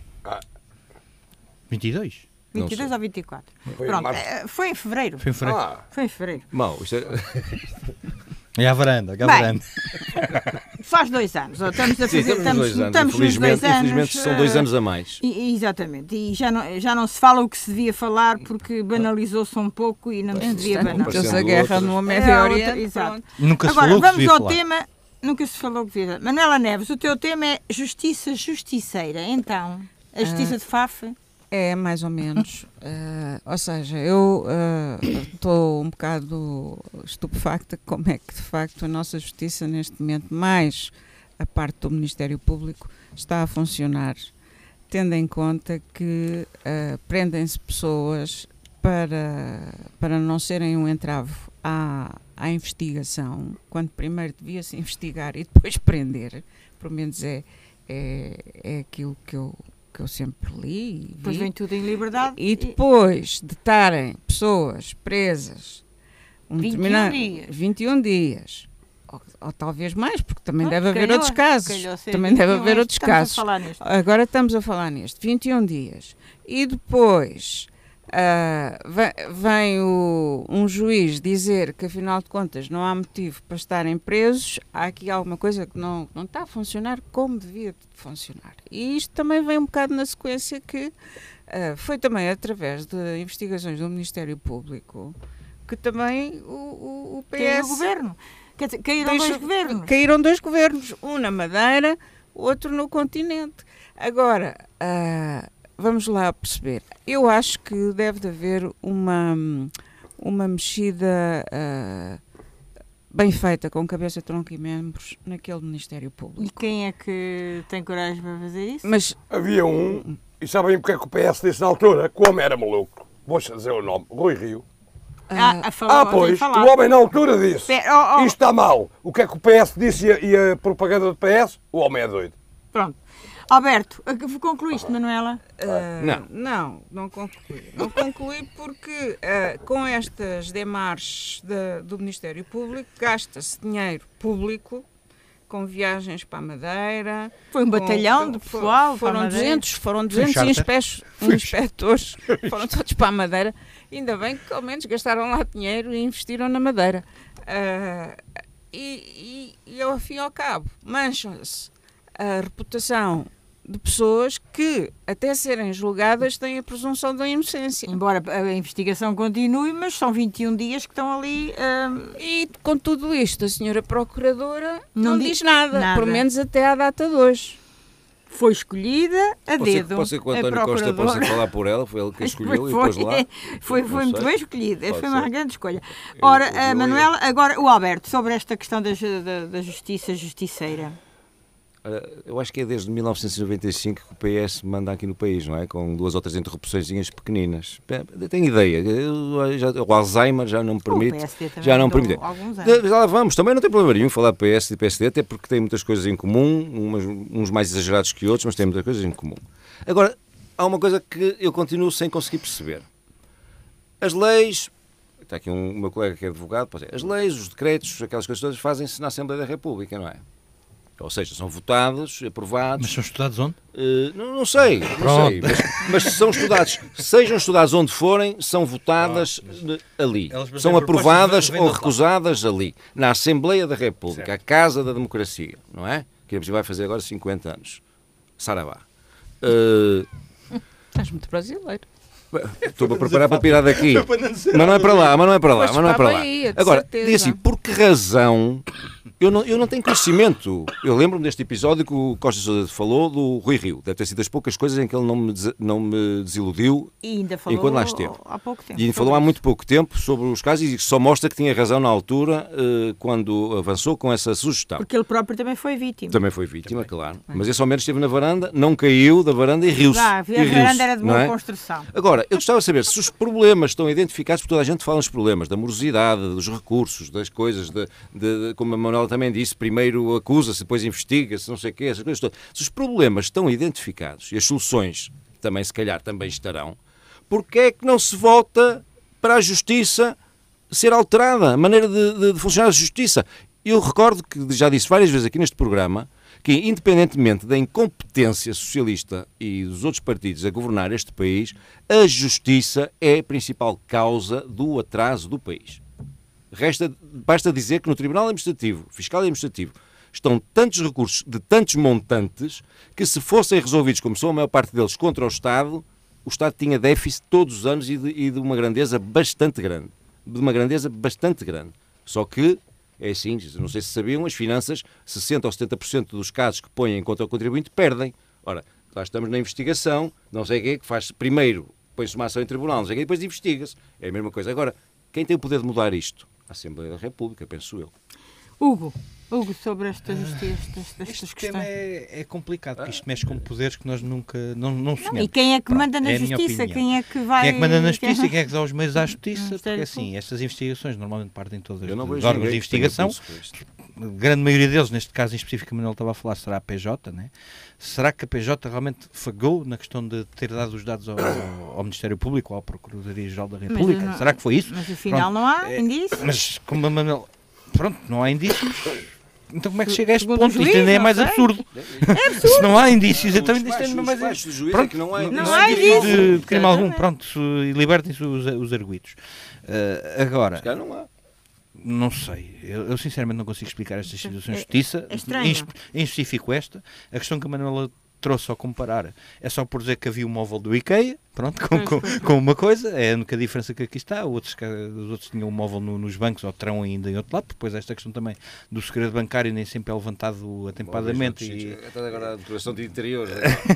22?
22 ou 24? Pronto, foi em fevereiro. Foi em fevereiro.
Mau, isto
É à varanda.
Faz 2 anos. Estamos a fazer.
Estamos nos 2 anos. Infelizmente são 2 anos a mais.
Exatamente. E já não se fala o que se devia falar porque banalizou-se um pouco e não se devia banalizar.
A guerra no Médio Oriente.
Exato.
Nunca se
Agora,
falou
vamos ao
falar.
tema. Nunca se falou o que devia falar. Manuela Neves, o teu tema é justiça justiceira. Então, a justiça de Fafe?
É, mais ou menos. Ou seja, eu estou um bocado estupefacta como é que, de facto, a nossa justiça, neste momento, mais a parte do Ministério Público, está a funcionar, tendo em conta que prendem-se pessoas para não serem um entrave à investigação, quando primeiro devia-se investigar e depois prender. Pelo menos é aquilo que eu sempre li.
Depois vem tudo em liberdade.
E depois de estarem pessoas presas 21 dias. Ou talvez mais, porque também deve haver outros casos. Também deve haver outros casos. Agora estamos a falar neste. 21 dias. E depois vem um juiz dizer que, afinal de contas, não há motivo para estarem presos. Há aqui alguma coisa que não está a funcionar como devia funcionar. E isto também vem um bocado na sequência que foi também através de investigações do Ministério Público que também o PS...
Caiu o governo. Quer dizer, caíram dois governos.
Caíram 2 governos, um na Madeira, outro no continente. Agora, vamos lá perceber. Eu acho que deve de haver uma mexida bem feita, com cabeça, tronco e membros, naquele Ministério Público.
E quem é que tem coragem para fazer isso?
Mas
Havia um, e sabem porque é que o PS disse na altura que o homem era maluco? Vou dizer o nome, Rui Rio. Pois, o homem na altura disse, isto está mal. O que é que o PS disse e a propaganda do PS? O homem é doido.
Pronto. Alberto, concluíste, Manuela?
Não concluí. Não concluí porque com estas demarches do Ministério Público gasta-se dinheiro público com viagens para a Madeira.
Foi um batalhão de pessoal.
Foram 200 inspectores, foram todos para a Madeira. Ainda bem que ao menos gastaram lá dinheiro e investiram na Madeira. E ao fim e ao cabo, mancham-se a reputação de pessoas que, até serem julgadas, têm a presunção da inocência.
Embora a investigação continue, mas são 21 dias que estão ali...
E com tudo isto, a senhora Procuradora não diz nada, pelo menos até à data de hoje.
Foi escolhida a dedo.
Pode ser que o António Costa possa falar por ela, foi ele que a escolheu e depois lá.
Foi muito bem escolhida, foi uma grande escolha. Ora, Manuela, agora o Alberto, sobre esta questão da justiça justiceira.
Eu acho que é desde 1995 que o PS manda aqui no país, não é? Com 2 ou 3 interrupçõezinhas pequeninas. Tenho ideia. O Alzheimer já não me permite. Já não me permite. Já lá vamos. Também não tem problema nenhum falar PS e PSD, até porque tem muitas coisas em comum, uns mais exagerados que outros, mas tem muitas coisas em comum. Agora, há uma coisa que eu continuo sem conseguir perceber. As leis... Está aqui o meu colega que é advogado. As leis, os decretos, aquelas coisas todas fazem-se na Assembleia da República, não é? Ou seja, são votados, aprovados...
Mas são estudados onde?
Não sei, mas são estudados. Sejam estudados onde forem, são votadas ali. São aprovadas ou recusadas ali. Na Assembleia da República, certo. A Casa da Democracia, não é? Que vai fazer agora 50 anos. Saravá.
Estás muito brasileiro.
Estou-me a preparar para pirar daqui. Mas não é para lá. Agora, diz assim, por que razão... Eu não tenho conhecimento. Eu lembro-me deste episódio que o Costa Sousa falou do Rui Rio. Deve ter sido das poucas coisas em que ele não me desiludiu enquanto lá esteve.
Há pouco tempo.
E ainda falou há muito pouco tempo sobre os casos e só mostra que tinha razão na altura quando avançou com essa sugestão.
Porque ele próprio também foi vítima.
Também foi vítima, claro. Mas esse ao menos esteve na varanda, não caiu da varanda e riu-se.
A varanda era de boa construção.
Agora, eu gostava de saber se os problemas estão identificados, porque toda a gente fala nos problemas, da morosidade, dos recursos, das coisas, como a Manuela também disse, primeiro acusa-se, depois investiga-se, não sei o quê, essas coisas todas. Se os problemas estão identificados e as soluções também, se calhar, também estarão, porque é que não se volta para a justiça ser alterada, a maneira de funcionar a justiça? Eu recordo que já disse várias vezes aqui neste programa que, independentemente da incompetência socialista e dos outros partidos a governar este país, a justiça é a principal causa do atraso do país. Basta dizer que no Tribunal Administrativo, Fiscal e Administrativo, estão tantos recursos de tantos montantes que, se fossem resolvidos, como são a maior parte deles, contra o Estado tinha déficit todos os anos e de uma grandeza bastante grande. Só que, é assim, não sei se sabiam, as finanças, 60% ou 70% dos casos que põem contra o contribuinte, perdem. Ora, lá estamos na investigação, não sei o que é que faz primeiro, põe-se uma ação em tribunal, não sei o que, depois investiga-se. É a mesma coisa. Agora, quem tem o poder de mudar isto? A Assembleia da República, penso eu.
Hugo, sobre estas questões.
Tema é complicado, porque isto mexe com poderes que nós nunca não sonhamos.
E quem é que manda na justiça? Quem é que vai...
Quem é que manda na justiça e quem é que dá os meios à justiça? Porque assim, estas investigações normalmente partem todas dos órgãos de investigação. A grande maioria deles, neste caso em específico que o Manuel estava a falar, será a PJ, né? Será que a PJ realmente falhou na questão de ter dado os dados ao Ministério Público ou à Procuradoria-Geral da República? Será que foi isso?
Mas afinal não há indícios.
Mas como a Manuel... Pronto, não há indícios. Então como é que chega a este ponto? Isto ainda é mais absurdo.
É absurdo.
Se não há indícios, então ainda é mais...
Pronto, não
há indícios
de crime algum. Pronto, libertem-se os arguidos. Agora...
não há.
Não sei. Eu sinceramente não consigo explicar estas situações de justiça.
É estranho.
Em específico esta. A questão que a Manuela trouxe ao comparar é só por dizer que havia um móvel do IKEA, pronto, com uma coisa, é a única diferença que aqui está. Os outros tinham um móvel nos bancos, ou terão ainda em outro lado. Depois esta questão também do segredo bancário nem sempre é levantado atempadamente.
Até agora a decoração de interior.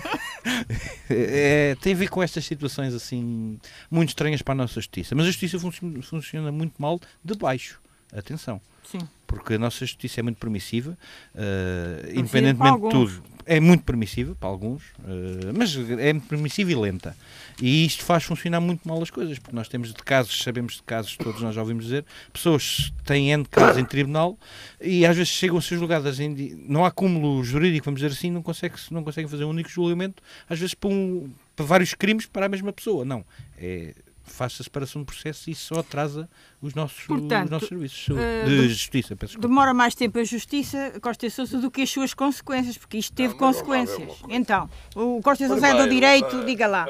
Tem a ver com estas situações assim muito estranhas para a nossa justiça. Mas a justiça funciona muito mal de baixo. Atenção.
Sim.
Porque a nossa justiça é muito permissiva, independentemente de tudo. É muito permissiva para alguns, mas é permissiva e lenta. E isto faz funcionar muito mal as coisas, porque nós temos sabemos de casos, todos nós já ouvimos dizer, pessoas têm N casos em tribunal e às vezes chegam a ser julgadas, não há cúmulo jurídico, vamos dizer assim, não conseguem fazer um único julgamento, às vezes para vários crimes para a mesma pessoa. Não, faz a separação de processos e isso só atrasa os nossos serviços de justiça.
Demora mais tempo a justiça, Costa e Sousa, do que as suas consequências, porque isto teve consequências. Então, o Costa e Sousa é do direito, diga lá.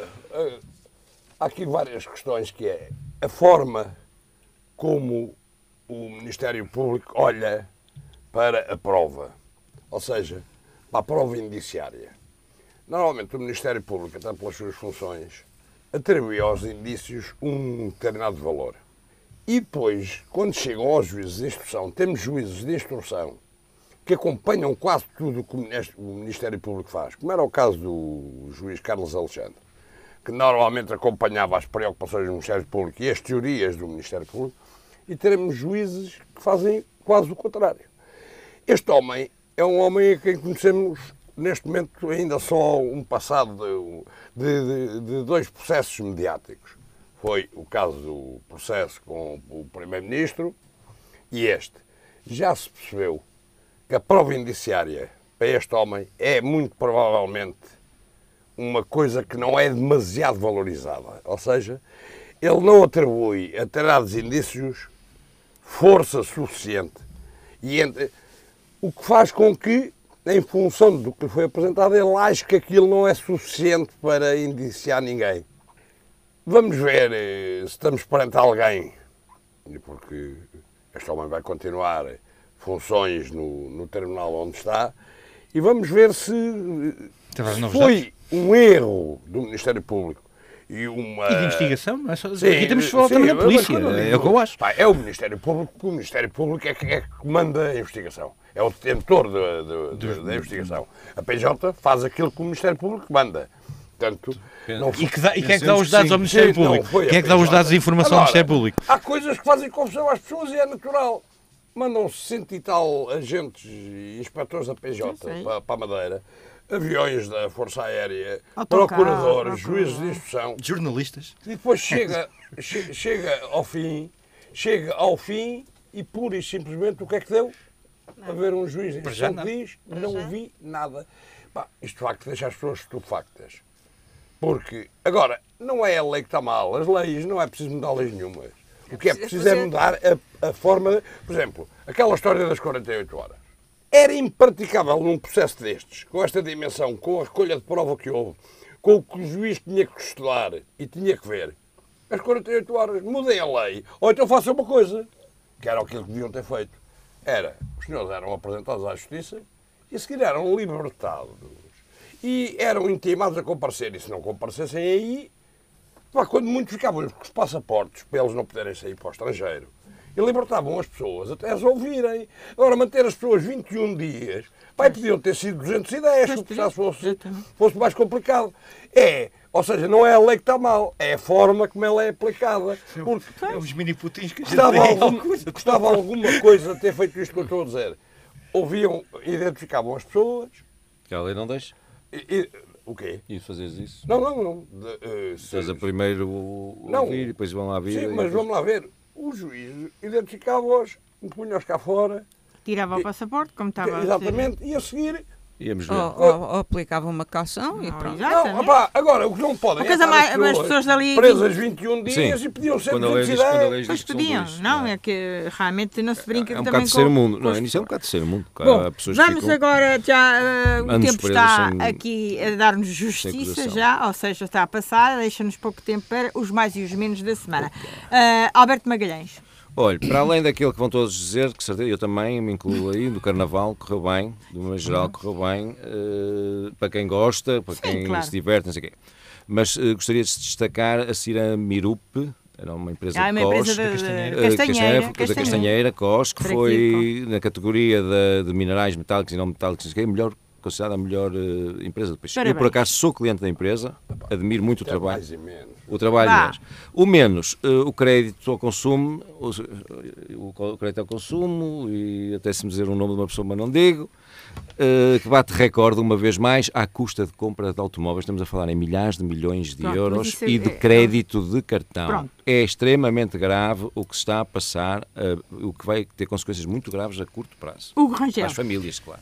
Há aqui várias questões, que é a forma como o Ministério Público olha para a prova, ou seja, para a prova indiciária. Normalmente o Ministério Público, até pelas suas funções, atribui aos indícios um determinado valor. E depois, quando chegam aos juízes de instrução, temos juízes de instrução que acompanham quase tudo o que o Ministério Público faz, como era o caso do juiz Carlos Alexandre, que normalmente acompanhava as preocupações do Ministério Público e as teorias do Ministério Público, e teremos juízes que fazem quase o contrário. Este homem é um homem a quem conhecemos neste momento ainda só um passado de dois processos mediáticos. Foi o caso do processo com o Primeiro-Ministro e este. Já se percebeu que a prova indiciária para este homem é muito provavelmente uma coisa que não é demasiado valorizada. Ou seja, ele não atribui a determinados indícios força suficiente. O que faz com que, em função do que lhe foi apresentado, ele acha que aquilo não é suficiente para indiciar ninguém. Vamos ver se estamos perante alguém, porque este homem vai continuar funções no tribunal onde está, e vamos ver se foi um erro do Ministério Público e de
investigação, não é só... Aqui temos de falar também da polícia, é o que eu acho.
É o Ministério Público, porque o Ministério Público é que comanda a investigação. É o detentor da investigação. A PJ faz aquilo que o Ministério Público manda. Portanto,
e quem é que dá os dados ao Ministério Público? Quem é que dá os dados de informação ao Ministério Público?
Há coisas que fazem confusão às pessoas e é natural. Mandam-se 100 e tal agentes e inspectores da PJ para a Madeira, aviões da Força Aérea, procuradores, juízes de instrução,
jornalistas.
E depois chega ao fim e pura e simplesmente o que é que deu? A ver um juiz de instrução que diz: não vi nada. Isto de facto deixa as pessoas estupefactas. Porque, agora, não é a lei que está mal, as leis, não é preciso mudar leis nenhumas. O que é preciso é mudar a forma. Por exemplo, aquela história das 48 horas. Era impraticável num processo destes, com esta dimensão, com a recolha de prova que houve, com o que o juiz tinha que estudar e tinha que ver. As 48 horas, mudem a lei, ou então façam uma coisa, que era aquilo que deviam ter feito. Os senhores eram apresentados à Justiça e a seguir eram libertados. E eram intimados a comparecer. E se não comparecessem aí, quando muitos ficavam com os passaportes para eles não poderem sair para o estrangeiro, e libertavam as pessoas até as ouvirem. Agora, manter as pessoas 21 dias, podiam ter sido 210, se o processo fosse mais complicado. Ou seja, não é a lei que está mal, é a forma como ela é aplicada.
Porque os mini-putins que
gostava alguma coisa ter feito isto que eu estou a dizer. Identificavam as pessoas.
Que a lei não deixa.
O quê?
E fazes isso?
Não.
Estás a primeiro ouvir e depois vão lá ver.
Sim, mas vamos lá ver. O juiz identificava-os, punha-os cá fora.
Tirava o passaporte, como estava a dizer.
Exatamente, e a seguir...
Ou aplicava uma caução e pronto.
Agora, o que não podem
as pessoas ali
presas 21 dias e podiam ser 210.
Pois podiam, não, é que realmente não se brinca
também com...
É um
bocado terceiro mundo, isso é um bocado terceiro mundo.
Bom, vamos agora, o tempo está aqui a dar-nos justiça já, ou seja, está a passar, deixa-nos pouco tempo para os mais e os menos da semana. Alberto Magalhães.
Olha, para além daquilo que vão todos dizer, que certeza, eu também me incluo aí, do Carnaval, correu bem, do meu geral correu bem, para quem gosta, para quem se diverte, não sei o quê. Mas gostaria de destacar a Cira Mirupe, era uma empresa de COS, Castanheira, COS, que foi na categoria de minerais metálicos e não metálicos, melhor, considerada a melhor empresa do país. Eu, por acaso, sou cliente da empresa, admiro muito o trabalho. Mais e menos. O trabalho mais. O menos, o crédito ao consumo, o crédito ao consumo, e até se me dizer o nome de uma pessoa, mas não digo, que bate recorde uma vez mais à custa de compra de automóveis. Estamos a falar em milhares de milhões de euros e de crédito de cartão. Pronto. É extremamente grave o que se está a passar, o que vai ter consequências muito graves a curto prazo.
Hugo Rangel.
Para as famílias, claro.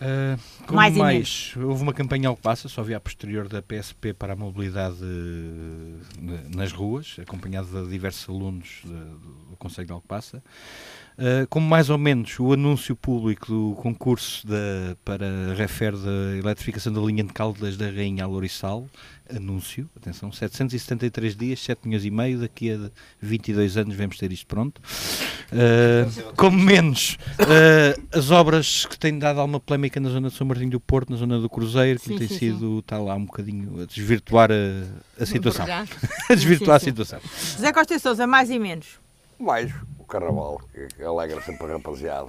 Houve uma campanha ao que passa, só via a posterior da PSP para a mobilidade nas ruas, acompanhada de diversos alunos do Conselho de Alcobaça. Como mais ou menos o anúncio público do concurso para refere da eletrificação da linha de Caldas da Rainha a Lourissal, anúncio, atenção, 773 dias, 7 milhões e meio, daqui a 22 anos vamos ter isto pronto. Como menos as obras que têm dado alguma polémica na zona de São Martinho do Porto, na zona do Cruzeiro, que está lá um bocadinho a desvirtuar a situação. A desvirtuar a situação.
José Costa e Sousa, mais e menos?
Mais o Carnaval, que alegra sempre a rapaziada.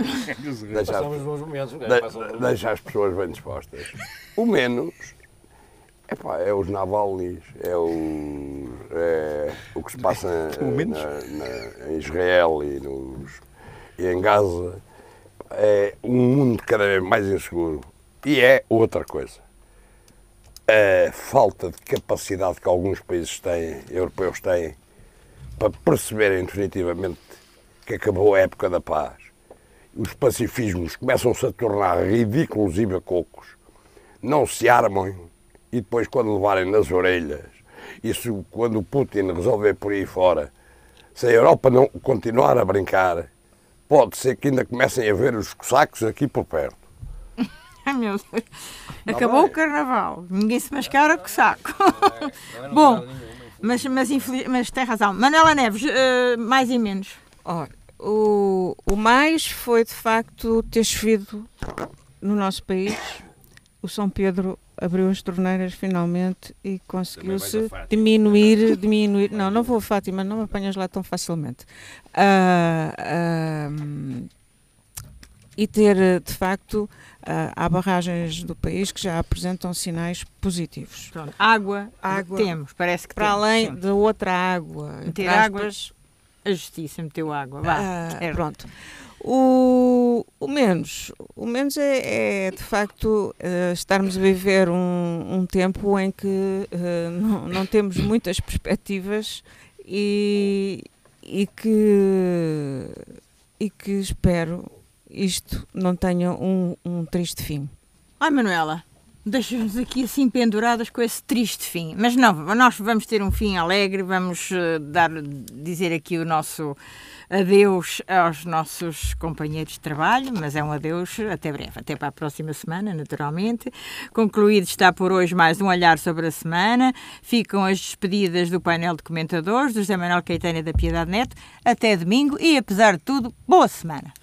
Deixa as pessoas bem dispostas. O menos é os Navalnys, é o que se passa em Israel e em Gaza. É um mundo cada vez mais inseguro. E é outra coisa. A falta de capacidade que alguns países europeus têm, para perceberem definitivamente que acabou a época da paz. Os pacifismos começam-se a tornar ridículos e bacocos. Não se armam e depois, quando levarem nas orelhas, quando o Putin resolver por aí fora, se a Europa não continuar a brincar, pode ser que ainda comecem a ver os cossacos aqui por perto.
Ai meu Deus, acabou o Carnaval, ninguém se mascara com saco. Bom, mas tem razão. Manela Neves, mais e menos?
Ora, o mais foi de facto ter chovido no nosso país. O São Pedro abriu as torneiras finalmente e conseguiu-se diminuir. Não vou a Fátima, não me apanhas lá tão facilmente. E ter, de facto, há barragens do país que já apresentam sinais positivos.
Pronto. Água temos, parece que
para além de outra água.
Meter água, a justiça meteu água.
Pronto. O menos é de facto estarmos a viver um tempo em que não temos muitas perspectivas e que espero isto não tenha um triste fim.
Ai, Manuela, deixa-nos aqui assim penduradas com esse triste fim. Mas não, nós vamos ter um fim alegre, vamos dizer aqui o nosso adeus aos nossos companheiros de trabalho, mas é um adeus até breve, até para a próxima semana, naturalmente. Concluído está por hoje mais um olhar sobre a semana. Ficam as despedidas do painel de comentadores, do José Manuel Caetano e da Piedade Neto. Até domingo e, apesar de tudo, boa semana.